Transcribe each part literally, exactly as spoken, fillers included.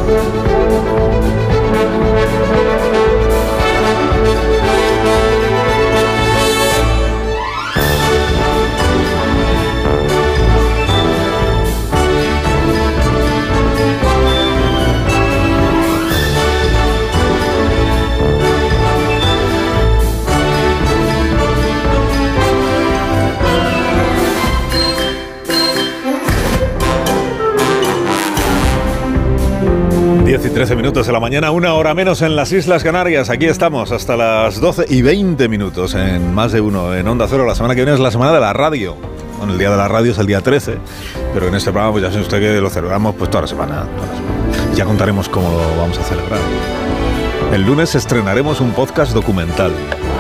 diez y trece minutos de la mañana, una hora menos en las Islas Canarias. Aquí estamos hasta las doce y veinte minutos en Más de Uno, en Onda Cero. La semana que viene es la semana de la radio. Bueno, el día de la radio es el día trece, pero en este programa pues ya sabe usted que lo celebramos pues toda la semana. Toda la semana. Ya contaremos cómo lo vamos a celebrar. El lunes estrenaremos un podcast documental,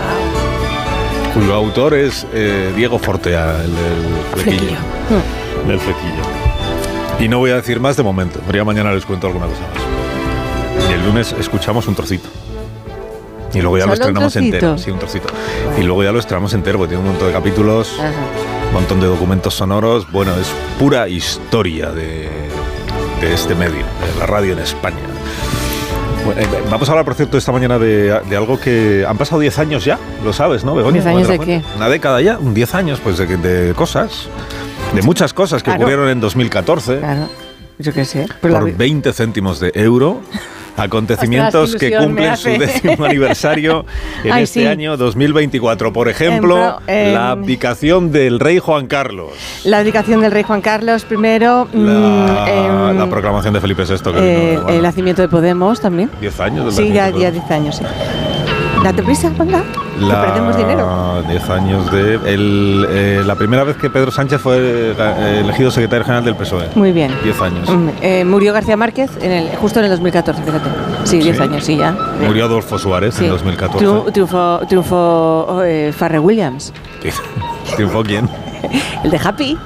cuyo autor es eh, Diego Fortea, el del flequillo. Del flequillo. Y no voy a decir más de momento, pero ya mañana les cuento alguna cosa más. Y el lunes escuchamos un trocito. Y luego ya lo estrenamos entero. Sí, un trocito. Y luego ya lo estrenamos entero, porque tiene un montón de capítulos, ajá, un montón de documentos sonoros. Bueno, es pura historia de, de este medio, de la radio en España. Bueno, eh, vamos a hablar, por cierto, esta mañana de, de algo que... Han pasado diez años ya, lo sabes, ¿no, Begoña? ¿diez años de qué? Una década ya, un diez años, pues, de, de cosas... De muchas cosas que claro. ocurrieron en dos mil catorce. Claro, yo qué sé. Por la... veinte céntimos de euro. Acontecimientos que cumplen su décimo aniversario en Ay, este sí. año dos mil veinticuatro. Por ejemplo, en, eh, la abdicación del rey Juan Carlos. La abdicación del rey Juan Carlos primero. La, eh, la proclamación de Felipe sexto. Que eh, vino, bueno, el nacimiento de Podemos también. Diez años del Sí, ya diez años, sí. Date prisa, venga, que perdemos dinero. diez años de... El, eh, la primera vez que Pedro Sánchez fue eh, elegido secretario general del P S O E. Muy bien. diez años. Eh, murió García Márquez en el, justo en el dos mil catorce, fíjate. Sí, diez ¿Sí? años, sí, ya. Murió Adolfo Suárez sí. en dos mil catorce. Triunfó, triunfó, triunfó eh, Pharrell Williams. ¿Triunfó quién? El de Happy.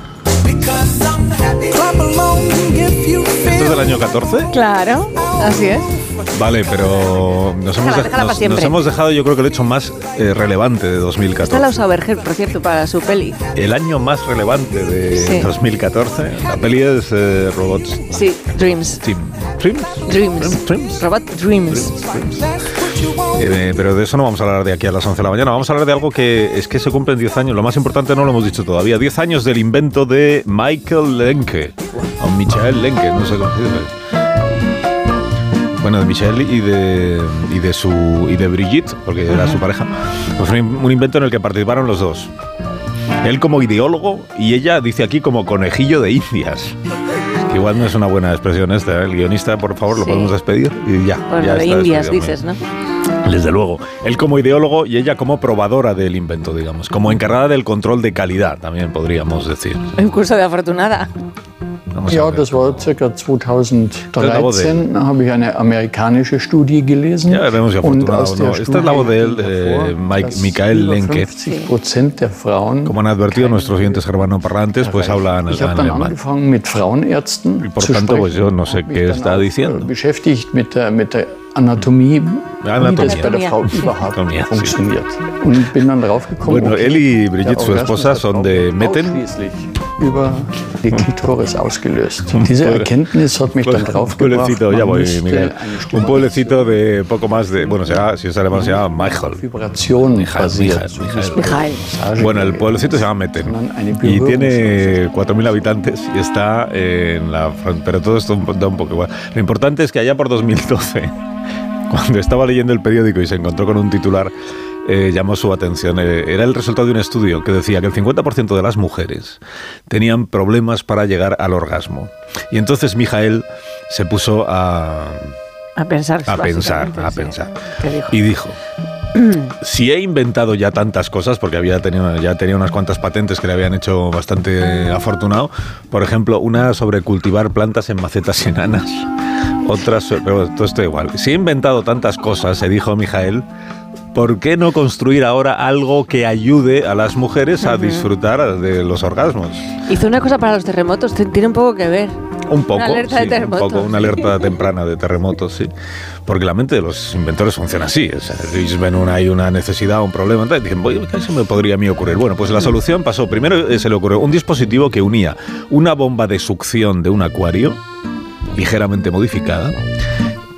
¿Esto es del año catorce? Claro, así es. Vale, pero nos, déjala, hemos, déjala nos, nos hemos dejado, yo creo que el hecho más eh, relevante de dos mil catorce. Está la usado Berger, por cierto, para su peli. El año más relevante de sí. dos mil catorce. La peli es eh, Robots. Sí, Dreams. Team. ¿Dreams? Dreams. Dreams. Robot Dreams. Dreams. Dreams. Eh, pero de eso no vamos a hablar de aquí a las once de la mañana. Vamos a hablar de algo que es que se cumplen diez años. Lo más importante no lo hemos dicho todavía. diez años del invento de Michael Lenke. O Michael Lenke, no sé cómo se dice. Bueno, de Michelle y de y de su y de Brigitte, porque era su pareja. Pues un, un invento en el que participaron los dos. Él como ideólogo y ella, dice aquí, como conejillo de indias. Que igual no es una buena expresión esta, ¿eh? El guionista, por favor, lo sí. podemos despedir y ya. Bueno, ya de está indias dices, ¿no? Desde luego. Él como ideólogo y ella como probadora del invento, digamos. Como encargada del control de calidad, también podríamos decir. Un curso de afortunada. Ja, das war circa zweitausenddreizehn, da habe ich eine amerikanische Studie gelesen. Ja, vemos ja und aus der no. Esta es la voz de él, eh, Mike, Michael Lenke. fünfzig der Frauen. Como han advertido nuestros oyentes germanoparlantes, pues hablan Ich habe dann angefangen mit Frauenärzten y por tanto, zu pues yo no sé qué está diciendo. Beschäftigt mit der, mit der Anatomie, wie das bei der Frau überhaupt Anatomía, funktioniert. Sí. Und bin dann drauf gekommen, bueno, él y Brigitte, su esposa, son de Metten. Über die Klitoris ausgelöst. Und diese Erkenntnis hat mich dann drauf gebracht. Ya voy, Miguel. Un pueblecito de poco más de, bueno, se llama, si es alemán se llama Michael. Vibración Michael, Michael. Bueno, el pueblecito se llama Metten y tiene cuatro mil habitantes y está en la frontera, pero todo esto da un poco igual. Lo importante es que allá por dos mil doce, cuando estaba leyendo el periódico y se encontró con un titular, Eh, llamó su atención. Eh, era el resultado de un estudio que decía que el cincuenta por ciento de las mujeres tenían problemas para llegar al orgasmo. Y entonces Michael se puso a... A pensar. A pensar, a pensar. Y dijo... Si he inventado ya tantas cosas, porque había tenido, ya tenía unas cuantas patentes que le habían hecho bastante afortunado, por ejemplo, una sobre cultivar plantas en macetas enanas, otras, pero todo esto igual. Si he inventado tantas cosas, se dijo Michael, ¿por qué no construir ahora algo que ayude a las mujeres a disfrutar de los orgasmos? Hizo una cosa para los terremotos, tiene un poco que ver. Un poco, una alerta sí, de terremotos. un poco, una alerta temprana de terremotos, sí. Porque la mente de los inventores funciona así. O sea, ellos ven una, hay una necesidad, un problema, entonces dicen, voy, ¿qué se me podría a mí ocurrir? Bueno, pues la solución pasó. Primero eh, se le ocurrió un dispositivo que unía una bomba de succión de un acuario, ligeramente modificada,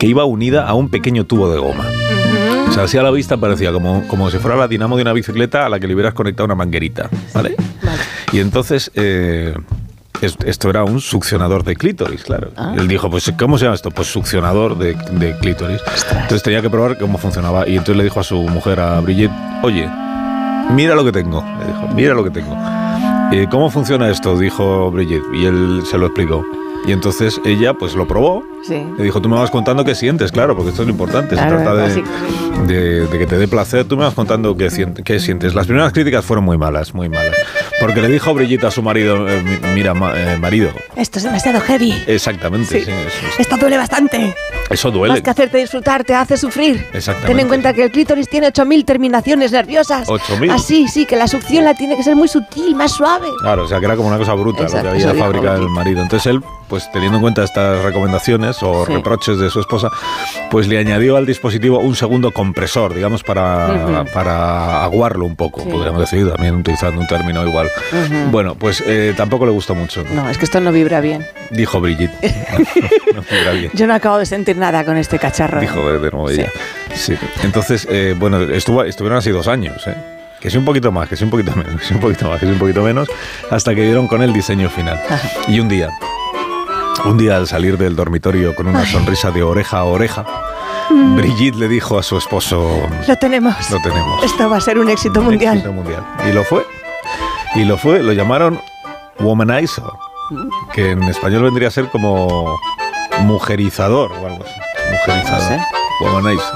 que iba unida a un pequeño tubo de goma. Uh-huh. O sea, así a la vista parecía como, como si fuera la dinamo de una bicicleta a la que le hubieras conectado una manguerita, ¿vale? Vale. Y entonces... Eh, esto era un succionador de clítoris, claro. Ah. Y él dijo, pues, ¿cómo se llama esto? Pues succionador de, de clítoris. Ostras. Entonces tenía que probar cómo funcionaba. Y entonces le dijo a su mujer, a Brigitte, oye, mira lo que tengo. Le dijo, mira lo que tengo. Eh, ¿Cómo funciona esto? Dijo Brigitte. Y él se lo explicó. Y entonces ella pues lo probó. Sí. Le dijo, tú me vas contando qué sientes, claro, porque esto es lo importante. Claro, se trata de, de, de que te dé placer. Tú me vas contando qué, qué sientes. Las primeras críticas fueron muy malas, muy malas. Porque le dijo Brigitte a su marido, eh, mira, ma, eh, marido. Esto es demasiado heavy. Exactamente. Sí. Sí, eso, sí. Esto duele bastante. Eso duele. Más que hacerte disfrutar, te hace sufrir. Exactamente. Ten en cuenta que el clítoris tiene ocho mil terminaciones nerviosas. ¿ocho mil? Así, sí, que la succión la tiene que ser muy sutil, más suave. Claro, o sea, que era como una cosa bruta. Exacto, lo que había fabricado el marido. Entonces él, pues teniendo en cuenta estas recomendaciones o sí. reproches de su esposa, pues le añadió al dispositivo un segundo compresor, digamos, para, uh-huh. para aguarlo un poco, sí. podríamos decir, también utilizando un término igual. Uh-huh. Bueno, pues eh, tampoco le gustó mucho. No, es que esto no vibra bien. Dijo Brigitte. No, no vibra bien. Yo no acabo de sentir nada con este cacharro. Dijo de nuevo ella. Sí. sí. Entonces, eh, bueno, estuvo, estuvieron así dos años, ¿eh? Que sí un poquito más, que sí un poquito menos, que sí un poquito más, que sí un poquito menos, hasta que dieron con el diseño final. Ajá. Y un día, un día al salir del dormitorio con una Ay. sonrisa de oreja a oreja, mm. Brigitte le dijo a su esposo... Lo tenemos. Lo tenemos. Esto va a ser un éxito un mundial. éxito mundial. Y lo fue. Y lo fue. Lo llamaron Womanizer, que en español vendría a ser como mujerizador o algo así. Mujerizador. ¿Sí? Womanizer.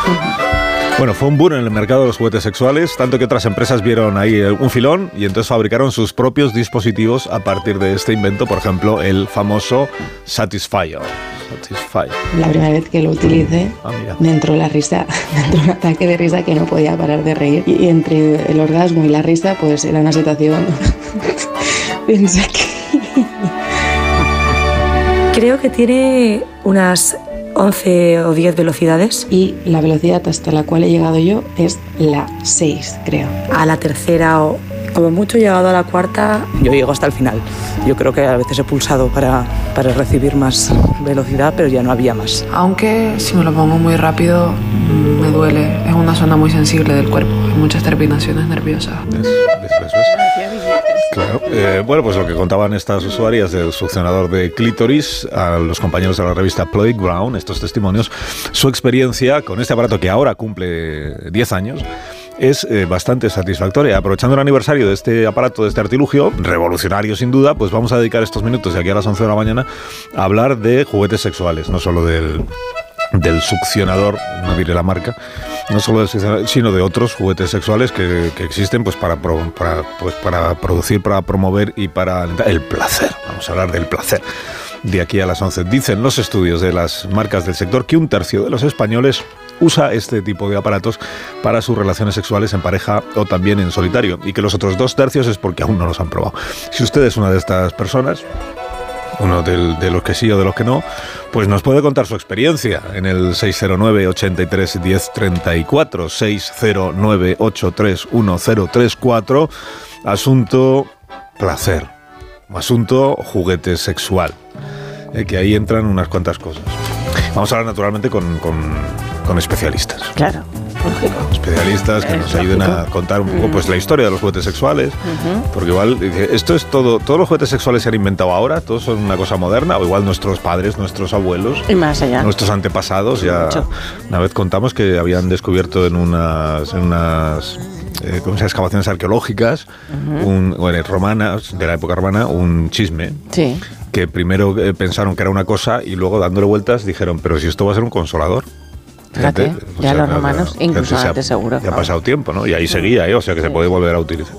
Bueno, fue un boom en el mercado de los juguetes sexuales, tanto que otras empresas vieron ahí un filón y entonces fabricaron sus propios dispositivos a partir de este invento, por ejemplo, el famoso Satisfyer. Satisfyer. La primera vez que lo utilicé, ah, me entró la risa, me entró un ataque de risa que no podía parar de reír. Y entre el orgasmo y la risa, pues era una situación... Pensé que... Creo que tiene unas... once o diez velocidades. Y la velocidad hasta la cual he llegado yo es la seis, creo. A la tercera o como mucho llegado a la cuarta, yo llego hasta el final. Yo creo que a veces he pulsado para, para recibir más velocidad, pero ya no había más. Aunque si me lo pongo muy rápido, me duele. Es una zona muy sensible del cuerpo. Hay muchas terminaciones nerviosas. ¿Ves? ¿Ves? ¿Ves? Claro. Eh, bueno, pues lo que contaban estas usuarias del succionador de clítoris a los compañeros de la revista Playground, estos testimonios, su experiencia con este aparato que ahora cumple diez años, es eh, bastante satisfactoria. Aprovechando el aniversario de este aparato, de este artilugio, revolucionario sin duda, pues vamos a dedicar estos minutos de aquí a las once de la mañana a hablar de juguetes sexuales, no solo del... del succionador, no diré la marca, no solo del succionador, sino de otros juguetes sexuales que, que existen pues para, pro, para, pues para producir, para promover y para el placer. Vamos a hablar del placer de aquí a las once. Dicen los estudios de las marcas del sector que un tercio de los españoles usa este tipo de aparatos para sus relaciones sexuales en pareja o también en solitario, y que los otros dos tercios es porque aún no los han probado. Si usted es una de estas personas, uno del, de los que sí o de los que no, pues nos puede contar su experiencia en el seis cero nueve, ochenta y tres, diez treinta y cuatro, seis cero nueve, ochenta y tres, diez treinta y cuatro, asunto placer, asunto juguete sexual, eh, que ahí entran unas cuantas cosas. Vamos a hablar naturalmente con, con, con especialistas. Claro. Lógico. Especialistas que es nos lógico. ayuden a contar un poco pues la historia de los juguetes sexuales, uh-huh. porque igual esto es todo, todos los juguetes sexuales se han inventado ahora, todos son una cosa moderna, o igual nuestros padres, nuestros abuelos, y más allá, nuestros antepasados, ya Mucho. una vez contamos que habían descubierto en unas, en unas eh, ¿cómo se llama? excavaciones arqueológicas, uh-huh. un, bueno, romanas, de la época romana, un chisme. Sí. Que primero eh, pensaron que era una cosa y luego dándole vueltas dijeron, pero si esto va a ser un consolador. Fíjate, Fíjate ya o sea, los romanos, ya, incluso antes ha, seguro. Ya ha pasado tiempo, ¿no? Y ahí seguía, ¿eh? O sea que sí. se puede volver a utilizar.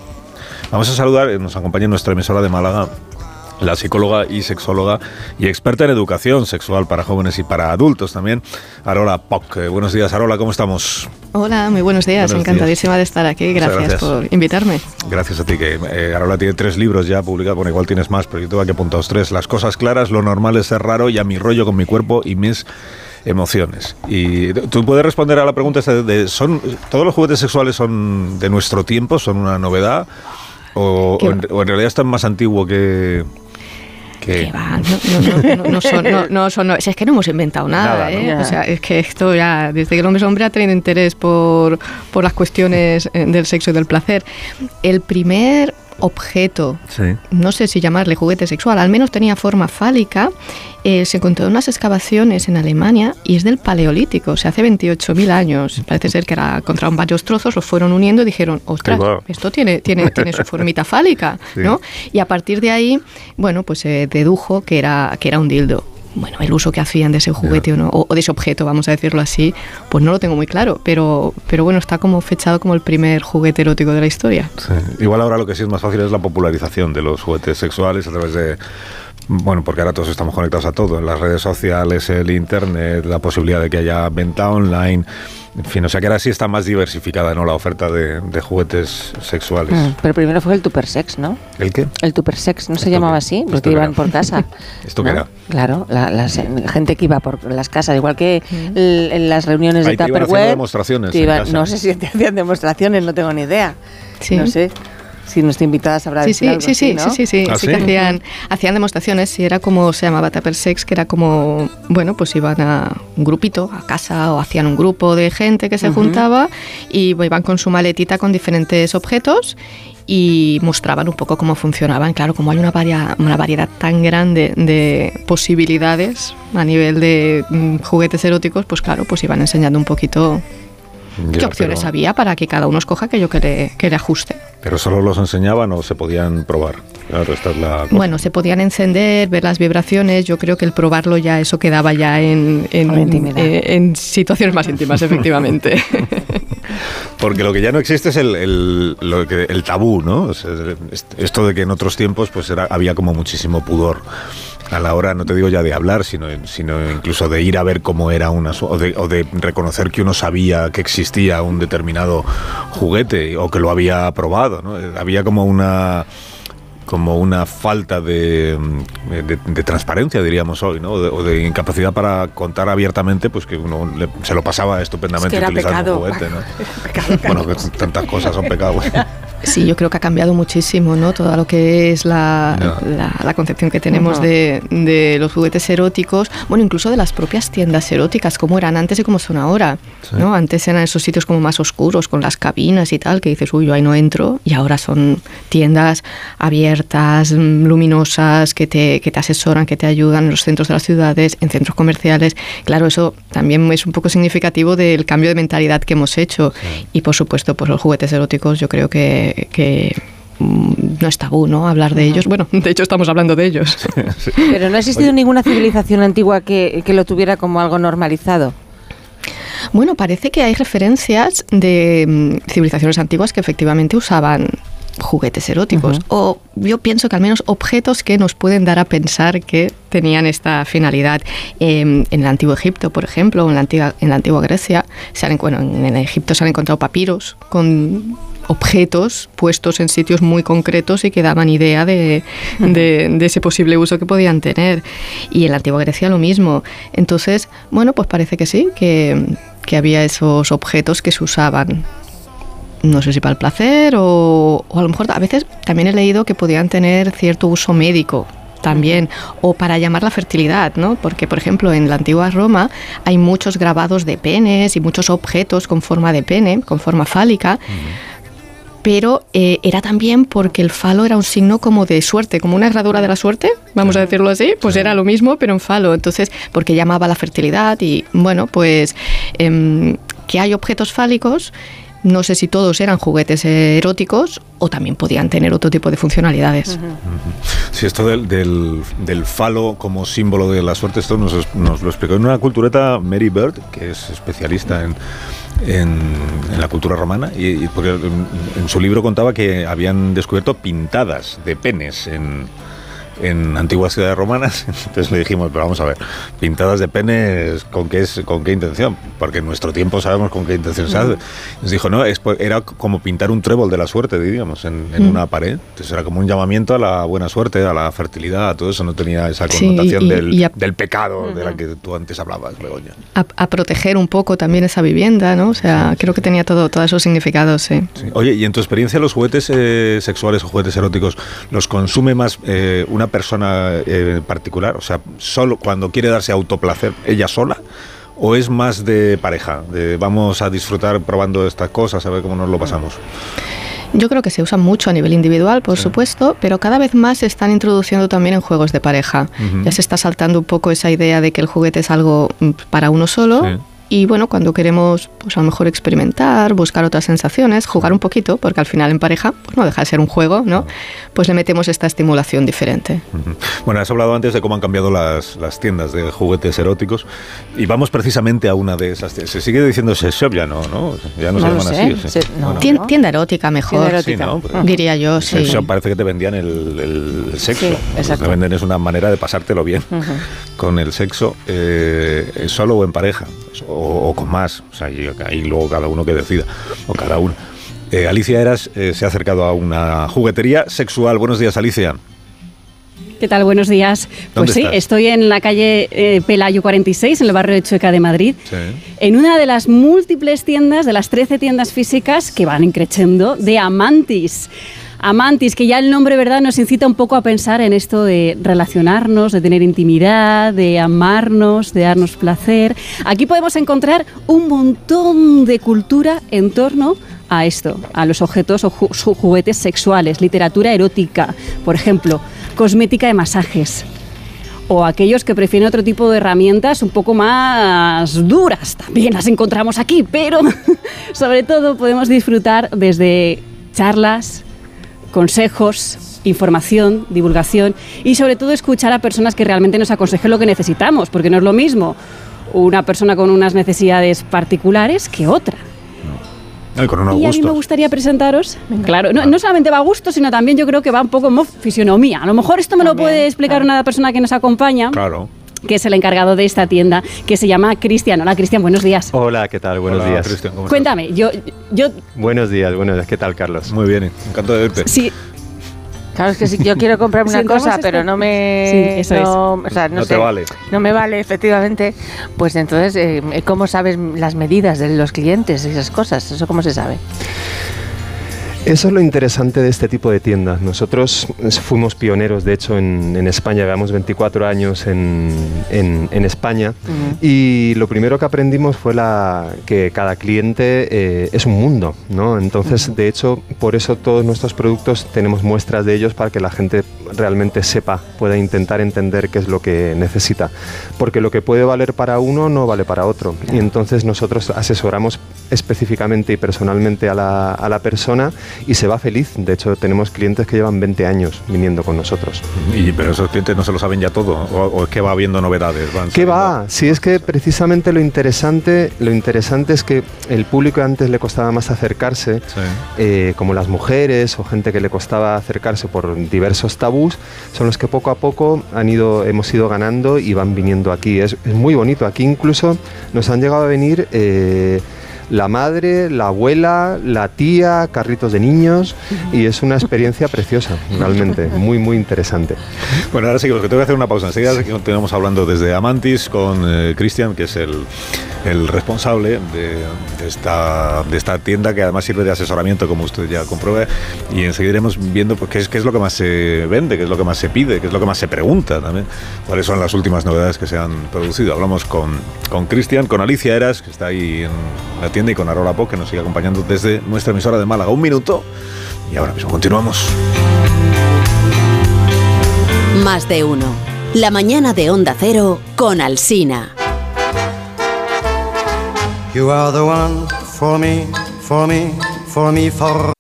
Vamos a saludar, nos acompaña en nuestra emisora de Málaga la psicóloga y sexóloga y experta en educación sexual para jóvenes y para adultos también, Arola Poch. Eh, buenos días, Arola, ¿cómo estamos? Hola, muy buenos días, buenos encantadísima días. de estar aquí, gracias, gracias por invitarme. Gracias a ti, que eh, Arola tiene tres libros ya publicados, bueno, igual tienes más, pero yo tengo aquí apuntados tres: Las cosas claras, Lo normal es ser raro y A mi rollo con mi cuerpo y mis emociones. Y tú puedes responder a la pregunta de, de ¿son todos los juguetes sexuales son de nuestro tiempo, son una novedad o, o, en, o en realidad están más antiguo que Que va, no, no, no, no, no son, no, no son, no, es que no hemos inventado nada, nada ¿eh? ¿no? O sea, es que esto ya, desde que el hombre es hombre ha tenido interés por, por las cuestiones del sexo y del placer. El primer objeto, sí. no sé si llamarle juguete sexual, al menos tenía forma fálica, eh, se encontró en unas excavaciones en Alemania y es del Paleolítico, o sea, hace veintiocho mil años. Parece ser que era, encontraron varios trozos, los fueron uniendo y dijeron, ostras, esto tiene, tiene, tiene su formita fálica, sí. ¿no? Y a partir de ahí, bueno, pues se eh, dedujo que era, que era un dildo. Bueno, el uso que hacían de ese juguete yeah. o, no, o, o de ese objeto, vamos a decirlo así, pues no lo tengo muy claro, pero, pero bueno, está como fechado como el primer juguete erótico de la historia. Sí. Igual ahora lo que sí es más fácil es la popularización de los juguetes sexuales a través de... Bueno, porque ahora todos estamos conectados a todo, en las redes sociales, el internet, la posibilidad de que haya venta online, en fin, o sea que ahora sí está más diversificada, ¿no?, la oferta de, de juguetes sexuales. Mm, pero primero fue el tuppersex, ¿no? ¿El qué? El tuppersex, ¿no se llamaba así? Porque iban por casa. ¿Esto ¿no? qué era? Claro, la, la gente que iba por las casas, igual que mm. el, en las reuniones Ahí de Tupperware. Te iban haciendo demostraciones iban, en casa. No sé si te hacían demostraciones, no tengo ni idea. Sí. No sé. Si nuestra invitada sabrá sí, decir sí, algo sí, así, sí, ¿no? sí, sí, sí, ¿Ah, sí, sí? que hacían, hacían demostraciones y era como se llamaba Tupper Sex, que era como, bueno, pues iban a un grupito, a casa, o hacían un grupo de gente que se uh-huh. juntaba y iban con su maletita con diferentes objetos y mostraban un poco cómo funcionaban. Claro, como hay una, varia, una variedad tan grande de posibilidades a nivel de mm, juguetes eróticos, pues claro, pues iban enseñando un poquito... ¿Qué ya, opciones pero, había para que cada uno escoja aquello que le, que le ajuste? ¿Pero solo los enseñaban o se podían probar? Claro, esta es la cosa. Bueno, se podían encender, ver las vibraciones. Yo creo que el probarlo ya, eso quedaba ya en, en, en, eh, en situaciones más íntimas, efectivamente. Porque lo que ya no existe es el, el, lo que, el tabú, ¿no? O sea, esto de que en otros tiempos pues era, había como muchísimo pudor a la hora, no te digo ya de hablar, sino, sino incluso de ir a ver cómo era una, o de, o de reconocer que uno sabía que existía un determinado juguete o que lo había probado, ¿no? Había como una como una falta de, de, de transparencia, diríamos hoy, ¿no? O de, o de incapacidad para contar abiertamente, pues que uno le, se lo pasaba estupendamente es que utilizando un juguete, ¿no? Pecado, bueno, que tantas cosas son pecados. Sí, yo creo que ha cambiado muchísimo, ¿no? Todo lo que es la, no. la, la concepción que tenemos uh-huh. de, de los juguetes eróticos, bueno, incluso de las propias tiendas eróticas, como eran antes y como son ahora, sí. ¿no? Antes eran esos sitios como más oscuros, con las cabinas y tal, que dices, uy, yo ahí no entro, y ahora son tiendas abiertas, luminosas, que te, que te asesoran, que te ayudan en los centros de las ciudades, en centros comerciales. Claro, eso también es un poco significativo del cambio de mentalidad que hemos hecho. Sí. Y, por supuesto, pues los juguetes eróticos, yo creo que que no es tabú, ¿no? Hablar de uh-huh. ellos. Bueno, de hecho estamos hablando de ellos. Sí, sí. Pero no ha existido Oye. ninguna civilización antigua que, que lo tuviera como algo normalizado. Bueno, parece que hay referencias de um, civilizaciones antiguas que efectivamente usaban juguetes eróticos. Uh-huh. O yo pienso que al menos objetos que nos pueden dar a pensar que tenían esta finalidad. Eh, en el Antiguo Egipto, por ejemplo, o en la antigua, en la antigua Grecia, se han, bueno, en Egipto se han encontrado papiros con objetos puestos en sitios muy concretos y que daban idea de, de, de ese posible uso que podían tener. Y en la antigua Grecia lo mismo. Entonces, bueno, pues parece que sí, que, que había esos objetos que se usaban. No sé si para el placer o, o a lo mejor a veces también he leído que podían tener cierto uso médico también, o para llamar la fertilidad, ¿no? Porque, por ejemplo, en la antigua Roma hay muchos grabados de penes y muchos objetos con forma de pene, con forma fálica, uh-huh. pero eh, era también porque el falo era un signo como de suerte, como una herradura de la suerte, vamos a decirlo así, pues era lo mismo, pero en falo, entonces, porque llamaba la fertilidad y, bueno, pues eh, que hay objetos fálicos. No sé si todos eran juguetes eróticos o también podían tener otro tipo de funcionalidades. Uh-huh. Uh-huh. Sí, esto del, del, del falo como símbolo de la suerte, esto nos, nos lo explicó en una cultureta Mary Bird, que es especialista en, en, en la cultura romana, y, y porque en, en su libro contaba que habían descubierto pintadas de penes en... en antiguas ciudades romanas. Entonces le dijimos, pero vamos a ver, pintadas de penes, ¿con qué es, con qué intención? Porque en nuestro tiempo sabemos con qué intención se hace. Nos dijo, no, es, era como pintar un trébol de la suerte, diríamos, en, en mm. una pared. Entonces era como un llamamiento a la buena suerte, a la fertilidad, a todo eso. No tenía esa connotación sí, y, del, y a, del pecado uh-huh. de la que tú antes hablabas, Begoña. A, a proteger un poco también esa vivienda, ¿no? O sea, sí, creo que tenía todo, todos esos significados, sí. sí. Oye, y en tu experiencia, los juguetes eh, sexuales o juguetes eróticos, ¿los consume más eh, una persona eh, particular? O sea, solo cuando quiere darse autoplacer, ella sola, ¿o es más de pareja? De vamos a disfrutar probando estas cosas, a ver cómo nos lo pasamos. Yo creo que se usa mucho a nivel individual, por sí. supuesto, pero cada vez más se están introduciendo también en juegos de pareja. Uh-huh. Ya se está saltando un poco esa idea de que el juguete es algo para uno solo. Sí. Y bueno, cuando queremos pues a lo mejor experimentar, buscar otras sensaciones, jugar un poquito, porque al final en pareja pues no deja de ser un juego, ¿no? Pues le metemos esta estimulación diferente. Uh-huh. Bueno, has hablado antes de cómo han cambiado las, las tiendas de juguetes eróticos y vamos precisamente a una de esas. Se sigue diciendo sex shop, ya no, ¿no? Ya no, no se llaman así. ¿Sí? Se, no, bueno. Tien, tienda erótica mejor, tienda erótica. Sí, ¿no? Pues, diría yo, sí. Sex shop parece que te vendían el, el, el sexo. Sí, exacto. Lo que te venden es una manera de pasártelo bien uh-huh. con el sexo, eh, solo o en pareja. O, o con más, o sea, ahí luego cada uno que decida, o cada uno. Eh, Alicia Eras eh, se ha acercado a una juguetería sexual. Buenos días, Alicia. ¿Qué tal? Buenos días. Pues sí, estás? Estoy en la calle eh, Pelayo cuarenta y seis, en el barrio de Chueca de Madrid, sí. en una de las múltiples tiendas, de las trece tiendas físicas que van increciendo, de Amantis. Amantis, que ya el nombre, ¿verdad?, nos incita un poco a pensar en esto de relacionarnos, de tener intimidad, de amarnos, de darnos placer. Aquí podemos encontrar un montón de cultura en torno a esto, a los objetos o ju- juguetes sexuales, literatura erótica, por ejemplo, cosmética de masajes. O aquellos que prefieren otro tipo de herramientas un poco más duras, también las encontramos aquí, pero sobre todo podemos disfrutar desde charlas, consejos, información, divulgación y sobre todo escuchar a personas que realmente nos aconsejen lo que necesitamos, porque no es lo mismo una persona con unas necesidades particulares que otra. Ay, con unos y gustos. A mí me gustaría presentaros, claro, no, no solamente va a gusto, sino también yo creo que va un poco como fisionomía. A lo mejor esto me también, lo puede explicar claro. una persona que nos acompaña. Claro. Que es el encargado de esta tienda, que se llama Cristian. Hola, Cristian, buenos días. Hola, ¿qué tal? Buenos Hola, días. Cristian, ¿cómo Cuéntame, estás? yo, yo... Buenos días, buenos días. ¿Qué tal, Carlos? Muy bien, encantado de verte. Sí. Claro, es que si yo quiero comprarme una cosa, esto, pero no me... Sí, eso no, es. O sea, no, no sé, te vale. No me vale, efectivamente. Pues entonces, eh, ¿cómo sabes las medidas de los clientes y esas cosas? ¿Eso cómo se sabe? Eso es lo interesante de este tipo de tiendas. Nosotros fuimos pioneros, de hecho, en, en España. Llevamos veinticuatro años en, en, en España. Uh-huh. Y lo primero que aprendimos fue la, que cada cliente eh, es un mundo, ¿no? Entonces, uh-huh. de hecho, por eso todos nuestros productos tenemos muestras de ellos para que la gente realmente sepa, pueda intentar entender qué es lo que necesita. Porque lo que puede valer para uno no vale para otro. Uh-huh. Y entonces nosotros asesoramos específicamente y personalmente a la, a la persona y se va feliz. De hecho, tenemos clientes que llevan veinte años viniendo con nosotros. Y, pero esos clientes no se lo saben ya todo, o, o es que va habiendo novedades. Van ¿Qué va? Sí, es que precisamente lo interesante, lo interesante es que el público antes le costaba más acercarse, sí. eh, como las mujeres o gente que le costaba acercarse por diversos tabús, son los que poco a poco han ido, hemos ido ganando y van viniendo aquí. Es, es muy bonito. Aquí incluso nos han llegado a venir... Eh, la madre, la abuela, la tía, carritos de niños y es una experiencia preciosa, realmente, muy, muy interesante. Bueno, ahora seguimos, que tengo que hacer una pausa. Enseguida continuamos hablando desde Amantis con eh, Cristian, que es el, el responsable de, de, esta, de esta tienda, que además sirve de asesoramiento, como usted ya comprueba, y enseguida iremos viendo pues, qué, es, qué es lo que más se vende, qué es lo que más se pide, qué es lo que más se pregunta también, cuáles son las últimas novedades que se han producido. Hablamos con, con Cristian, con Alicia Eras, que está ahí en la tienda, y con Arola Pop, que nos sigue acompañando desde nuestra emisora de Málaga. Un minuto y ahora mismo continuamos. Más de uno. La mañana de Onda Cero con Alsina. You are the one for me, for me, for me, for...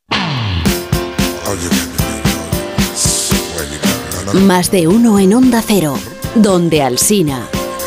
Más de uno en Onda Cero, donde Alsina.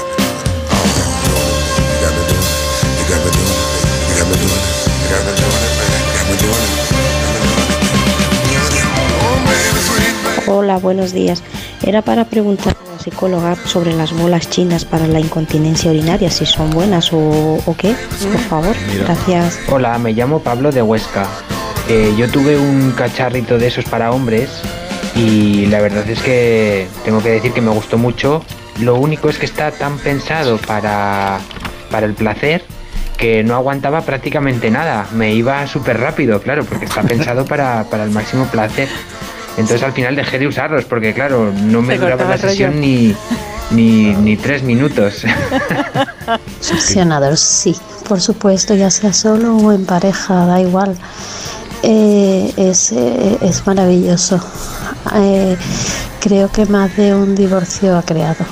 Hola, buenos días. Era para preguntar a la psicóloga sobre las bolas chinas para la incontinencia urinaria, si son buenas o, o qué, por favor. Mira. Gracias. Hola, me llamo Pablo de Huesca. Eh, yo tuve un cacharrito de esos para hombres y la verdad es que tengo que decir que me gustó mucho. Lo único es que está tan pensado para, para el placer que no aguantaba prácticamente nada. Me iba súper rápido, claro, porque está pensado para, para el máximo placer. Entonces al final dejé de usarlos porque claro, no me duraba la sesión ni, ni, ni tres minutos. Succionador, sí, por supuesto, ya sea solo o en pareja, da igual. Eh, es, eh, es maravilloso. Eh, creo que más de un divorcio ha creado.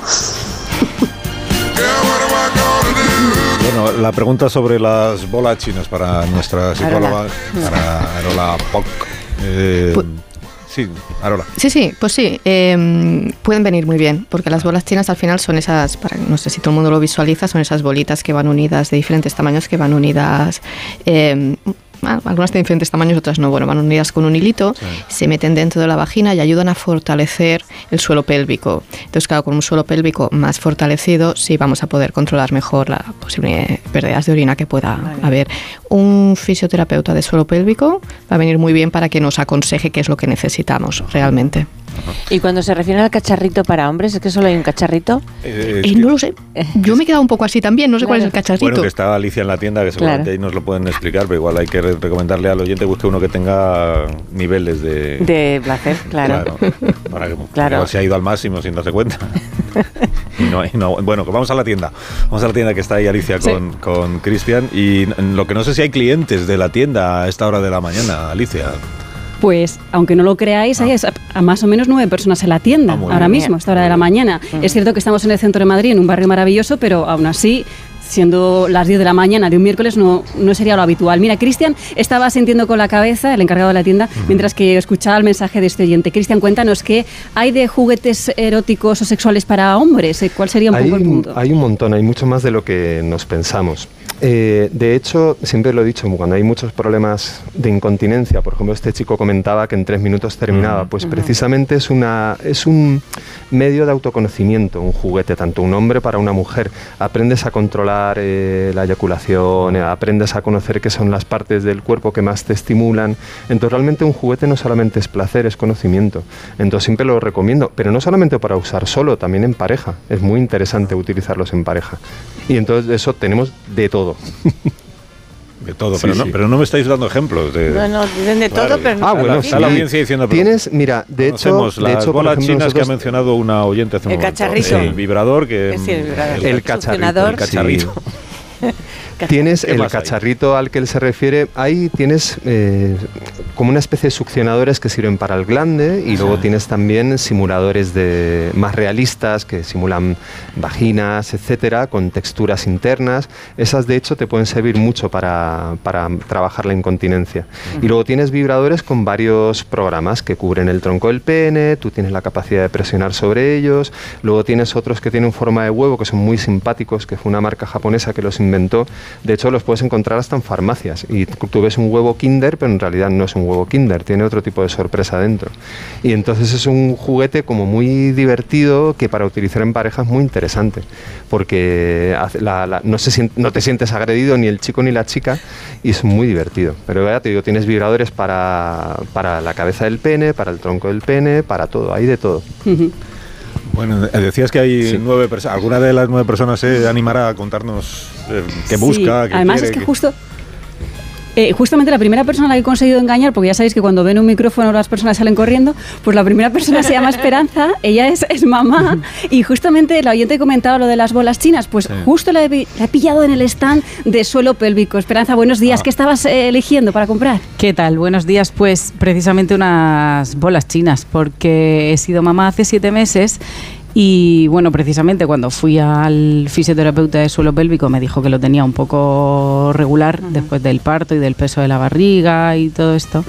Bueno, la pregunta sobre las bolas chinas para nuestra psicóloga, para Arola Poc. Eh, sí, Arola. Sí, sí, pues sí, eh, pueden venir muy bien, porque las bolas chinas al final son esas, para, no sé si todo el mundo lo visualiza, son esas bolitas que van unidas de diferentes tamaños, que van unidas... Eh, algunas de diferentes tamaños, otras no, bueno, van unidas con un hilito, sí. Se meten dentro de la vagina y ayudan a fortalecer el suelo pélvico. Entonces, claro, con un suelo pélvico más fortalecido, sí vamos a poder controlar mejor las posibles pérdidas de orina que pueda vale. haber. Un fisioterapeuta de suelo pélvico va a venir muy bien para que nos aconseje qué es lo que necesitamos realmente. Y cuando se refiere al cacharrito para hombres, ¿es que solo hay un cacharrito? Eh, eh, no lo sé. Yo me he quedado un poco así también, no sé claro. cuál es el cacharrito. Bueno, que está Alicia en la tienda, que seguramente claro. ahí nos lo pueden explicar, pero igual hay que recomendarle al oyente que busque uno que tenga niveles de... De placer, claro. Claro, para que claro. igual se ha ido al máximo sin darse cuenta. y no, y no, bueno, que vamos a la tienda. Vamos a la tienda que está ahí Alicia con, sí. con Cristian. Y lo que no sé si hay clientes de la tienda a esta hora de la mañana, Alicia. Pues, aunque no lo creáis, ah. hay a, a más o menos nueve personas en la tienda, ah, ahora bien. mismo, a esta hora muy de la bien. mañana. Mm. Es cierto que estamos en el centro de Madrid, en un barrio maravilloso, pero aún así, siendo las diez de la mañana de un miércoles, no, no sería lo habitual. Mira, Cristian estaba sintiendo con la cabeza, el encargado de la tienda, mm. mientras que escuchaba el mensaje de este oyente. Cristian, cuéntanos, ¿qué hay de juguetes eróticos o sexuales para hombres? ¿Cuál sería un hay, poco el punto? Hay un montón, hay mucho más de lo que nos pensamos. Eh, de hecho, siempre lo he dicho, cuando hay muchos problemas de incontinencia, por ejemplo, este chico comentaba que en tres minutos terminaba, pues uh-huh. precisamente es, una, es un medio de autoconocimiento, un juguete, tanto un hombre para una mujer. Aprendes a controlar eh, la eyaculación, eh, aprendes a conocer qué son las partes del cuerpo que más te estimulan. Entonces, realmente un juguete no solamente es placer, es conocimiento. Entonces, siempre lo recomiendo, pero no solamente para usar solo, también en pareja. Es muy interesante utilizarlos en pareja. Y entonces, de eso tenemos de todo. De todo, sí, pero, no, sí. pero no me estáis dando ejemplos. De, bueno, dicen de todo, claro. pero no. Ah, bueno, está la audiencia diciendo. Tienes, mira, de hecho, las de hecho, bolas chinas nosotros... que ha mencionado una oyente hace un el momento. Cacharrito. El vibrador que sí, el vibrador. El, el cacharrito. El cacharrito. Sí. Tienes el cacharrito ahí? Al que él se refiere, ahí tienes eh, como una especie de succionadores que sirven para el glande y luego tienes también simuladores de, más realistas que simulan vaginas, etcétera, con texturas internas. Esas de hecho te pueden servir mucho para, para trabajar la incontinencia. Uh-huh. Y luego tienes vibradores con varios programas que cubren el tronco del pene, tú tienes la capacidad de presionar sobre ellos, luego tienes otros que tienen forma de huevo que son muy simpáticos, que fue una marca japonesa que los inventó. De hecho, los puedes encontrar hasta en farmacias. Y tú ves un huevo Kinder, pero en realidad no es un huevo Kinder, tiene otro tipo de sorpresa dentro. Y entonces es un juguete como muy divertido que para utilizar en pareja es muy interesante. Porque la, la, no, se siente, no te sientes agredido ni el chico ni la chica y es muy divertido. Pero ya te digo, tienes vibradores para, para la cabeza del pene, para el tronco del pene, para todo, hay de todo. Uh-huh. Bueno, decías que hay sí. nueve personas. ¿Alguna de las nueve personas se animará a contarnos eh, qué sí. busca? Qué Además quiere, es que qué... justo... Eh, justamente la primera persona a la que he conseguido engañar, porque ya sabéis que cuando ven un micrófono las personas salen corriendo, pues la primera persona se llama Esperanza, ella es, es mamá, y justamente el oyente comentaba lo de las bolas chinas, pues sí. justo la he, la he pillado en el stand de suelo pélvico. Esperanza, buenos días, ah. ¿qué estabas eh, eligiendo para comprar? ¿Qué tal? Buenos días, pues precisamente unas bolas chinas, porque he sido mamá hace siete meses. Y bueno, precisamente cuando fui al fisioterapeuta de suelo pélvico me dijo que lo tenía un poco regular uh-huh. después del parto y del peso de la barriga y todo esto.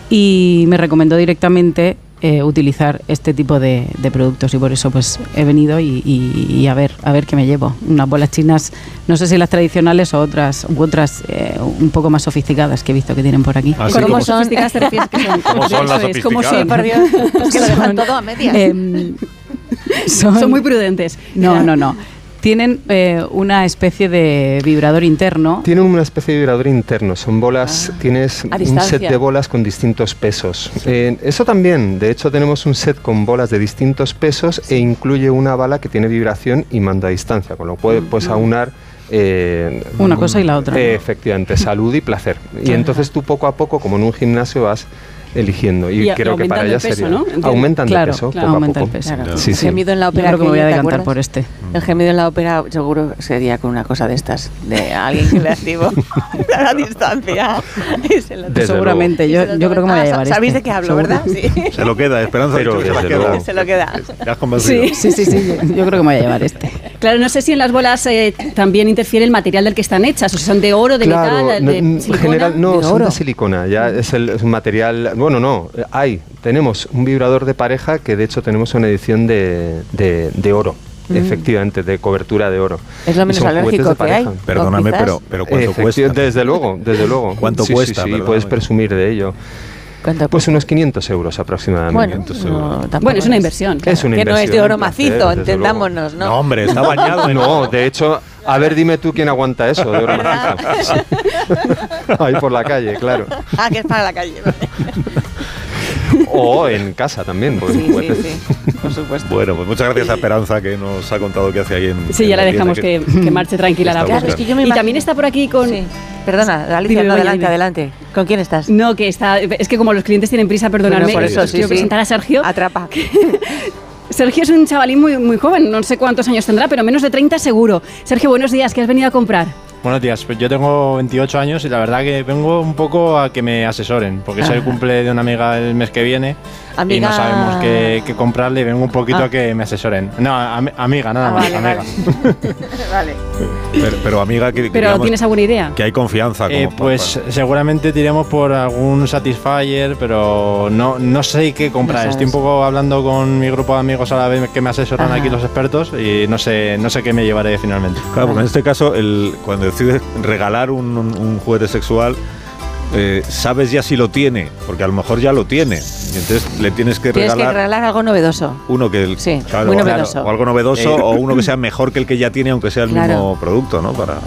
Y me recomendó directamente eh, utilizar este tipo de, de productos y por eso pues he venido y, y, y a ver a ver qué me llevo. Unas bolas chinas, no sé si las tradicionales o otras u otras eh, un poco más sofisticadas que he visto que tienen por aquí. ¿Cómo, ¿Cómo son? ¿Sofisticadas te refieres que son? ¿Cómo son las sofisticadas? ¿Cómo sí, por Dios? Es que lo dejan todo a medias. Eh, son, son muy prudentes. No, no, no. Tienen eh, una especie de vibrador interno. Tienen una especie de vibrador interno. Son bolas, ah, tienes un set de bolas con distintos pesos. Eh, eso también, de hecho tenemos un set con bolas de distintos pesos e incluye una bala que tiene vibración y mando a distancia, con lo cual puedes aunar Eh, una cosa y la otra. Eh, efectivamente, salud y placer. Y entonces tú poco a poco, como en un gimnasio, vas eligiendo. Y, y creo que para ella peso, sería... ¿no? Aumentan claro, de peso, claro, poco aumenta a poco. el peso. Claro. Sí, El sí. gemido en la ópera, Yo creo que me voy a ¿te decantar acuerdas? por este. El gemido en la ópera seguro sería con una cosa de estas, de alguien que le activó a la distancia. Y se lo Seguramente, yo, yo creo que me voy a llevar ah, ¿sabéis este. de qué hablo, verdad? Sí. Se lo queda, Esperanza. Pero se, la desde queda. luego. Se lo queda. ¿Te has convencido? Sí, sí, sí, sí, yo, yo creo que me voy a llevar este. Claro, no sé si en las bolas eh, también interfiere el material del que están hechas, o si son de oro, de Claro, metal, no, de en silicona. general no, de son oro. de silicona, ya es, el, es un material, bueno, no, hay, tenemos un vibrador de pareja que de hecho tenemos una edición de, de, de oro. Mm. Efectivamente, de cobertura de oro. Es lo menos alérgico que hay. Perdóname, pero, pero ¿cuánto cuesta? Desde luego, desde luego. ¿Cuánto sí, cuesta? Sí, sí, puedes presumir de ello. Pues unos quinientos euros aproximadamente. Bueno, no, bueno es una inversión. Claro. Es una que inversión. no es de oro macizo, placer, entendámonos, ¿no? No, hombre, está bañado. No, de hecho, a ver, dime tú quién aguanta eso de oro macizo. Ahí por la calle, claro. Ah, que es para la calle. O en casa también. Pues, sí, sí, sí, por supuesto. Bueno, pues muchas gracias a Esperanza que nos ha contado qué hace ahí en... Sí, en ya la dejamos que, que, que marche tranquila la claro, es que yo me Y imagino... también está por aquí con... Sí. Perdona, Alicia, no, adelante, adelante. ¿Con quién estás? No, que está... Es que como los clientes tienen prisa, perdonadme. Bueno, por eso, sí, quiero sí. presentar a Sergio. Atrapa. Sergio es un chavalín muy, muy joven, no sé cuántos años tendrá, pero menos de treinta seguro. Sergio, buenos días, ¿qué has venido a comprar? Buenos días, pues yo tengo veintiocho años y la verdad que vengo un poco a que me asesoren, porque es el cumple de una amiga el mes que viene. Amiga... y no sabemos qué, qué comprarle y vengo un poquito ah. a que me asesoren. No, am amiga, nada ah, más, vale, amiga. Vale. vale. Pero, pero amiga, que, que ¿Pero digamos, tienes alguna idea? Que hay confianza. Como eh, pues para, para. seguramente tiremos por algún Satisfyer, pero no, no sé qué comprar. No Estoy un poco hablando con mi grupo de amigos a la vez que me asesoran Ajá. aquí los expertos y no sé, no sé qué me llevaré finalmente. Claro, porque en este caso, el, cuando decides regalar un, un, un juguete sexual, Eh, sabes ya si lo tiene, porque a lo mejor ya lo tiene, y entonces le tienes que tienes regalar. Tienes que regalar algo novedoso. Uno que el, sí, claro, muy claro, novedoso. o algo novedoso, eh. o uno que sea mejor que el que ya tiene, aunque sea el claro. mismo producto, ¿no? Para.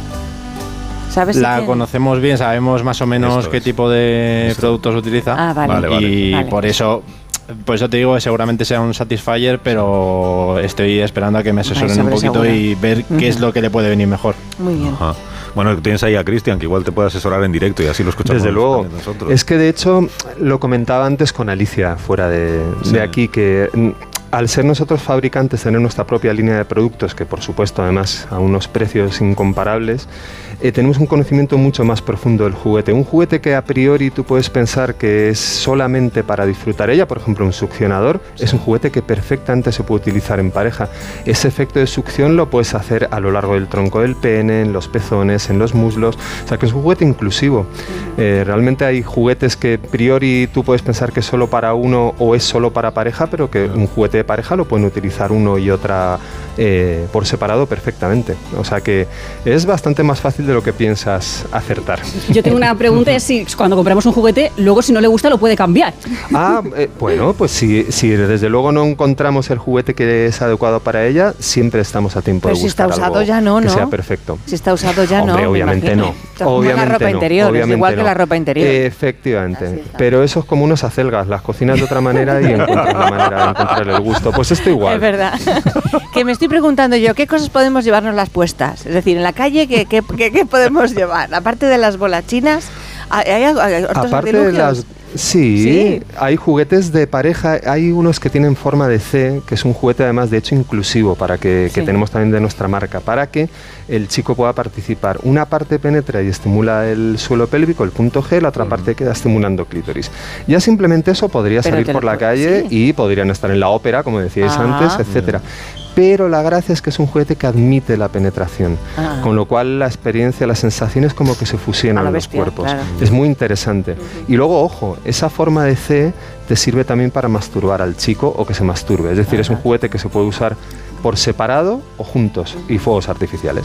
¿Sabes la si conocemos bien, sabemos más o menos Esto qué es. tipo de Esto. productos utiliza. Ah, vale. vale, vale. Y vale. por eso. Por eso te digo que seguramente sea un Satisfyer, pero estoy esperando a que me asesoren Ay, un poquito seguro. y ver uh-huh. qué es lo que le puede venir mejor. Muy bien. Ajá. Bueno, tienes ahí a Cristian, que igual te puede asesorar en directo y así lo escuchamos. Desde luego. Nosotros. Es que de hecho lo comentaba antes con Alicia, fuera de, sí. de aquí, que al ser nosotros fabricantes, tener nuestra propia línea de productos, que por supuesto además a unos precios incomparables, eh, tenemos un conocimiento mucho más profundo del juguete. Un juguete que a priori tú puedes pensar que es solamente para disfrutar ella, por ejemplo un succionador, sí. es un juguete que perfectamente se puede utilizar en pareja. Ese efecto de succión lo puedes hacer a lo largo del tronco del pene, en los pezones, en los muslos, o sea que es un juguete inclusivo. Eh, realmente hay juguetes que a priori tú puedes pensar que es solo para uno o es solo para pareja, pero que un juguete de pareja lo pueden utilizar uno y otra eh, por separado perfectamente. O sea que es bastante más fácil de lo que piensas acertar. Yo tengo una pregunta, es si cuando compramos un juguete, luego si no le gusta lo puede cambiar. Ah, eh, bueno, pues si, si desde luego no encontramos el juguete que es adecuado para ella, siempre estamos a tiempo Pero de si buscar está usado algo ya no, que ¿no? sea perfecto. Si está usado ya Hombre, no, obviamente no. Obviamente la ropa no, interior, obviamente es igual no. que la ropa interior. Eh, efectivamente. Pero eso es como unas acelgas, las cocinas de otra manera y encuentras la manera de encontrarle el gusto. Pues esto igual. Es verdad. Que me estoy preguntando yo, ¿qué cosas podemos llevarnos las puestas? Es decir, en la calle, ¿qué, qué, qué, qué podemos llevar? Aparte de las bolas chinas, ¿hay, hay otros Aparte de las... Sí, sí, hay juguetes de pareja, hay unos que tienen forma de C, que es un juguete además de hecho inclusivo, para que, sí. que tenemos también de nuestra marca, para que el chico pueda participar. Una parte penetra y estimula el suelo pélvico, el punto G, la otra sí. parte queda estimulando clítoris. Ya simplemente eso podría Pero salir por la calle sí. y podrían estar en la ópera, como decíais ah. antes, etcétera. Pero la gracia es que es un juguete que admite la penetración, ah. con lo cual la experiencia, las sensaciones como que se fusionan en los cuerpos. Claro. Es muy interesante. Uh-huh. Y luego, ojo, esa forma de C te sirve también para masturbar al chico o que se masturbe. Es decir, uh-huh. es un juguete que se puede usar por separado o juntos y fuegos artificiales.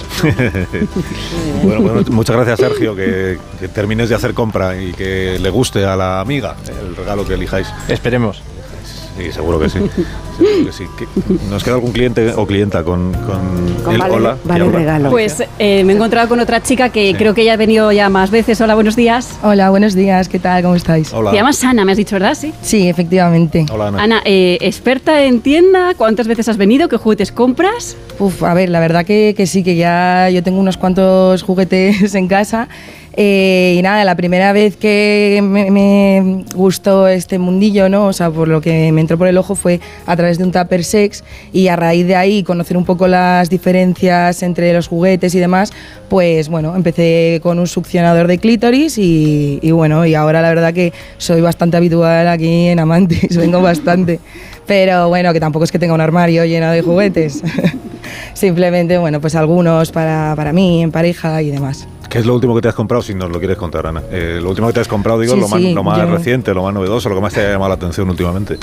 bueno, bueno, muchas gracias, Sergio, que, que termines de hacer compra y que le guste a la amiga el regalo que elijáis. Esperemos. Sí, seguro que sí. Seguro que sí. ¿Nos queda algún cliente o clienta con, con, con el vale, hola? Vale regalo. Pues eh, me he encontrado con otra chica que sí. creo que ya ha venido ya más veces. Hola, buenos días. Hola, buenos días. ¿Qué tal? ¿Cómo estáis? Hola. Te llamas Ana, me has dicho, ¿verdad? Sí. Sí, efectivamente. Hola, Ana. Ana, eh, experta en tienda. ¿Cuántas veces has venido? ¿Qué juguetes compras? Uf, a ver, la verdad que, que sí, que ya yo tengo unos cuantos juguetes en casa. Eh, y nada, la primera vez que me, me gustó este mundillo, ¿no? O sea, por lo que me entró por el ojo fue a través de un tupper sex, y a raíz de ahí conocer un poco las diferencias entre los juguetes y demás, pues bueno, empecé con un succionador de clítoris y, y bueno, y ahora la verdad que soy bastante habitual aquí en Amantis, vengo bastante. Pero bueno, que tampoco es que tenga un armario lleno de juguetes. Simplemente, bueno, pues algunos para, para mí, en pareja y demás. ¿Qué es lo último que te has comprado, si nos lo quieres contar, Ana? Eh, lo último que te has comprado, digo, Sí, lo más, sí, lo más yo- reciente, lo más novedoso, lo que más te ha llamado la atención últimamente.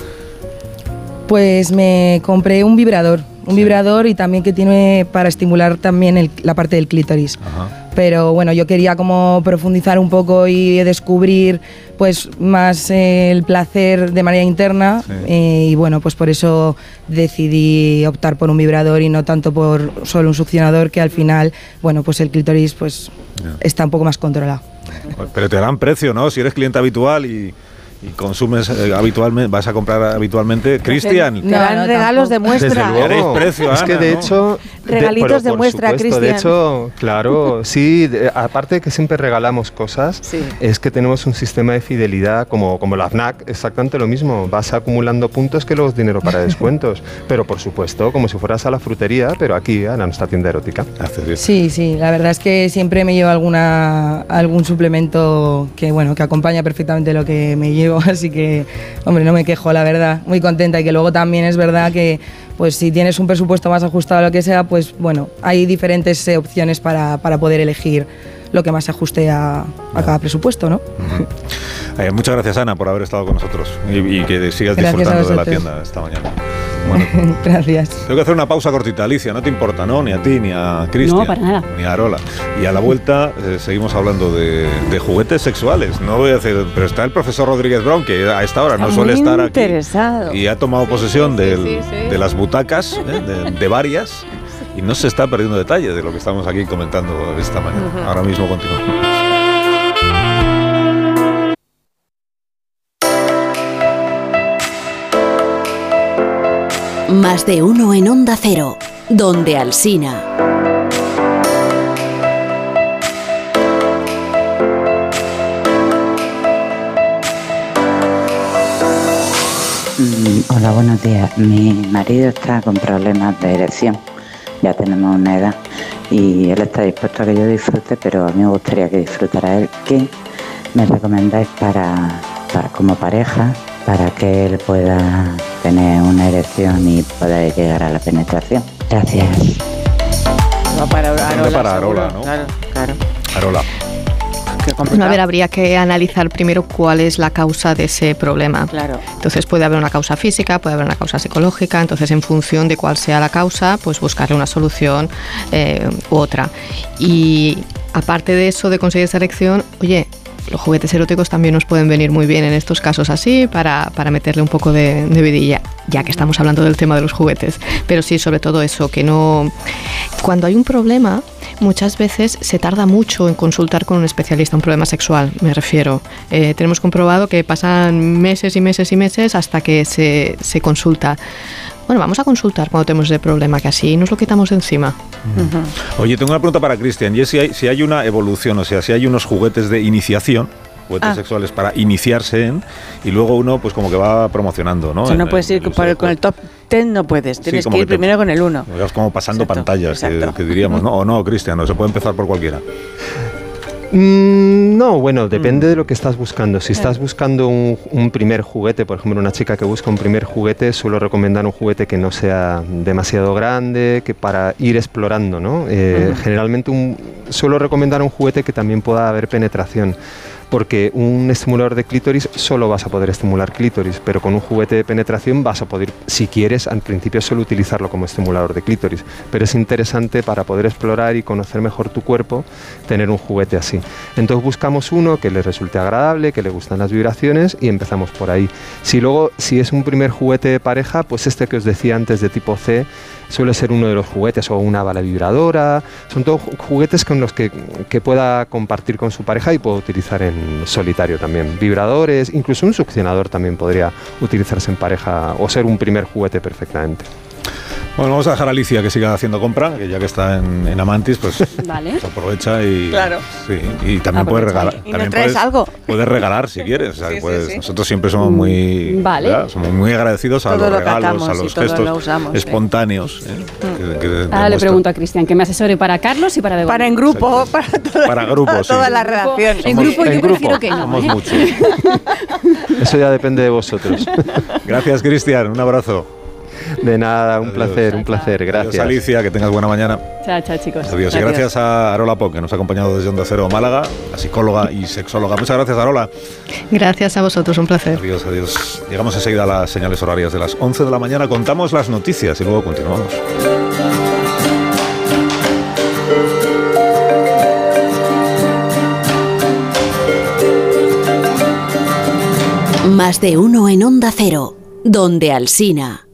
Pues me compré un vibrador, un vibrador y también que tiene para estimular también el- la parte del clítoris. Pero bueno, yo quería como profundizar un poco y descubrir pues más eh, el placer de manera interna, eh, y bueno, pues por eso decidí optar por un vibrador y no tanto por solo un succionador, que al final, bueno, pues el clítoris pues está un poco más controlado. Pero te dan precio, ¿no? Si eres cliente habitual y, y consumes eh, habitualmente, vas a comprar habitualmente. Cristian. Te dan regalos de muestra. Desde luego. Queréis precio, es que Ana, de ¿no? hecho... Regalitos pero de por muestra, supuesto, Cristian. De hecho, claro, sí, de- aparte de que siempre regalamos cosas, Sí. es que tenemos un sistema de fidelidad como, como la FNAC, exactamente lo mismo. Vas acumulando puntos que luego es dinero para descuentos. Pero por supuesto, como si fueras a la frutería, pero aquí, a nuestra tienda erótica. Sí, sí, la verdad es que siempre me llevo alguna, algún suplemento que, bueno, que acompaña perfectamente lo que me llevo, así que, hombre, no me quejo, la verdad, muy contenta. Y que luego también es verdad que, pues si tienes un presupuesto más ajustado a lo que sea, pues bueno, hay diferentes eh, opciones para, para poder elegir lo que más se ajuste a, a cada presupuesto, ¿no? Eh, muchas gracias, Ana, por haber estado con nosotros y, y que sigas Gracias disfrutando a de la vosotros. tienda esta mañana. Bueno, Gracias. tengo que hacer una pausa cortita, Alicia, no te importa, ¿no? Ni a ti, ni a Cristian, No, para nada. ni a Arola. Y a la vuelta eh, seguimos hablando de, de juguetes sexuales. No voy a decir, pero está el profesor Rodríguez Brown, que a esta hora no Está suele muy estar aquí. interesado. Y ha tomado posesión del- sí, sí. de las butacas, ¿eh? de, de varias, y no se está perdiendo detalle de lo que estamos aquí comentando esta mañana. Ujú. Ahora mismo continuamos. Más de uno en Onda Cero, donde Alsina. Mm, Hola, buenos días. Mi marido está con problemas de erección. Ya tenemos una edad y él está dispuesto a que yo disfrute, pero a mí me gustaría que disfrutara él. ¿Qué me recomendáis para, para como pareja para que él pueda tener una erección y pueda llegar a la penetración? Gracias. Va para Arola, para seguro. Arola, ¿no? Claro, claro. Arola. Bueno, a ver, habría que analizar primero cuál es la causa de ese problema. Claro. Entonces puede haber una causa física, puede haber una causa psicológica, entonces en función de cuál sea la causa, pues buscarle una solución eh, u otra. Y aparte de eso, de conseguir esa erección, oye, los juguetes eróticos también nos pueden venir muy bien en estos casos así, para, para meterle un poco de, de vidilla, ya que estamos hablando del tema de los juguetes. Pero sí, sobre todo eso, que no... Cuando hay un problema, muchas veces se tarda mucho en consultar con un especialista, un problema sexual, me refiero. Eh, tenemos comprobado que pasan meses y meses y meses hasta que se, se consulta. Bueno, vamos a consultar cuando tenemos ese problema, que así nos lo quitamos de encima. Oye, tengo una pregunta para Cristian, y es si hay, si hay una evolución, o sea, si hay unos juguetes de iniciación, juguetes Ah. sexuales para iniciarse en, y luego uno pues como que va promocionando, ¿no? O sea, no En- puedes ir en- por el- con el top diez, no puedes. Tienes como que ir que te- primero con el uno. Es como pasando Exacto, pantallas, que, exacto. que diríamos, ¿no? O no, Cristian, no se puede empezar por cualquiera. Mm, no, bueno, depende de lo que estás buscando. Si estás buscando un, un primer juguete, por ejemplo, una chica que busca un primer juguete, suelo recomendar un juguete que no sea demasiado grande, que para ir explorando, ¿no? Eh, Ujú. Generalmente un, suelo recomendar un juguete que también pueda haber penetración. Porque un estimulador de clítoris solo vas a poder estimular clítoris, pero con un juguete de penetración vas a poder, si quieres, al principio solo utilizarlo como estimulador de clítoris. Pero es interesante para poder explorar y conocer mejor tu cuerpo, tener un juguete así. Entonces buscamos uno que le resulte agradable, que le gustan las vibraciones y empezamos por ahí. Si luego, si es un primer juguete de pareja, pues este que os decía antes de tipo C, suele ser uno de los juguetes, o una bala vibradora. Son todos ju- juguetes con los que, que pueda compartir con su pareja y pueda utilizar en solitario también. Vibradores, incluso un succionador también podría utilizarse en pareja o ser un primer juguete perfectamente. Bueno, vamos a dejar a Alicia que siga haciendo compra, que ya que está en, en Amantis, pues vale. se aprovecha y, claro. sí, y también puedes regalar. ¿Y también nos traes puedes, algo? Puedes regalar si quieres. O sea, sí, puedes, sí, sí. Nosotros siempre somos muy, vale. ¿verdad? Somos muy agradecidos a todo los lo regalos, catamos, a los todo gestos lo usamos, espontáneos. Sí. ¿eh? Que, que Ahora le pregunto a Cristian que me asesore para Carlos y para Begoña. Para en grupo, para toda, para grupo, para sí. toda la redacción. En grupo yo en prefiero grupo. que no. Somos ¿eh? muchos. Eso ya depende de vosotros. Gracias, Cristian. Un abrazo. De nada, un Adiós. placer, un placer. Gracias. Adiós, Alicia, que tengas buena mañana. Chao, chao, chicos. Adiós. Y gracias a Arola Pop, que nos ha acompañado desde Onda Cero Málaga, la psicóloga y sexóloga. Muchas gracias, Arola. Gracias a vosotros, un placer. Adiós, adiós. Llegamos enseguida a las señales horarias de las once de la mañana. Contamos las noticias y luego continuamos. Más de uno en Onda Cero, donde Alsina.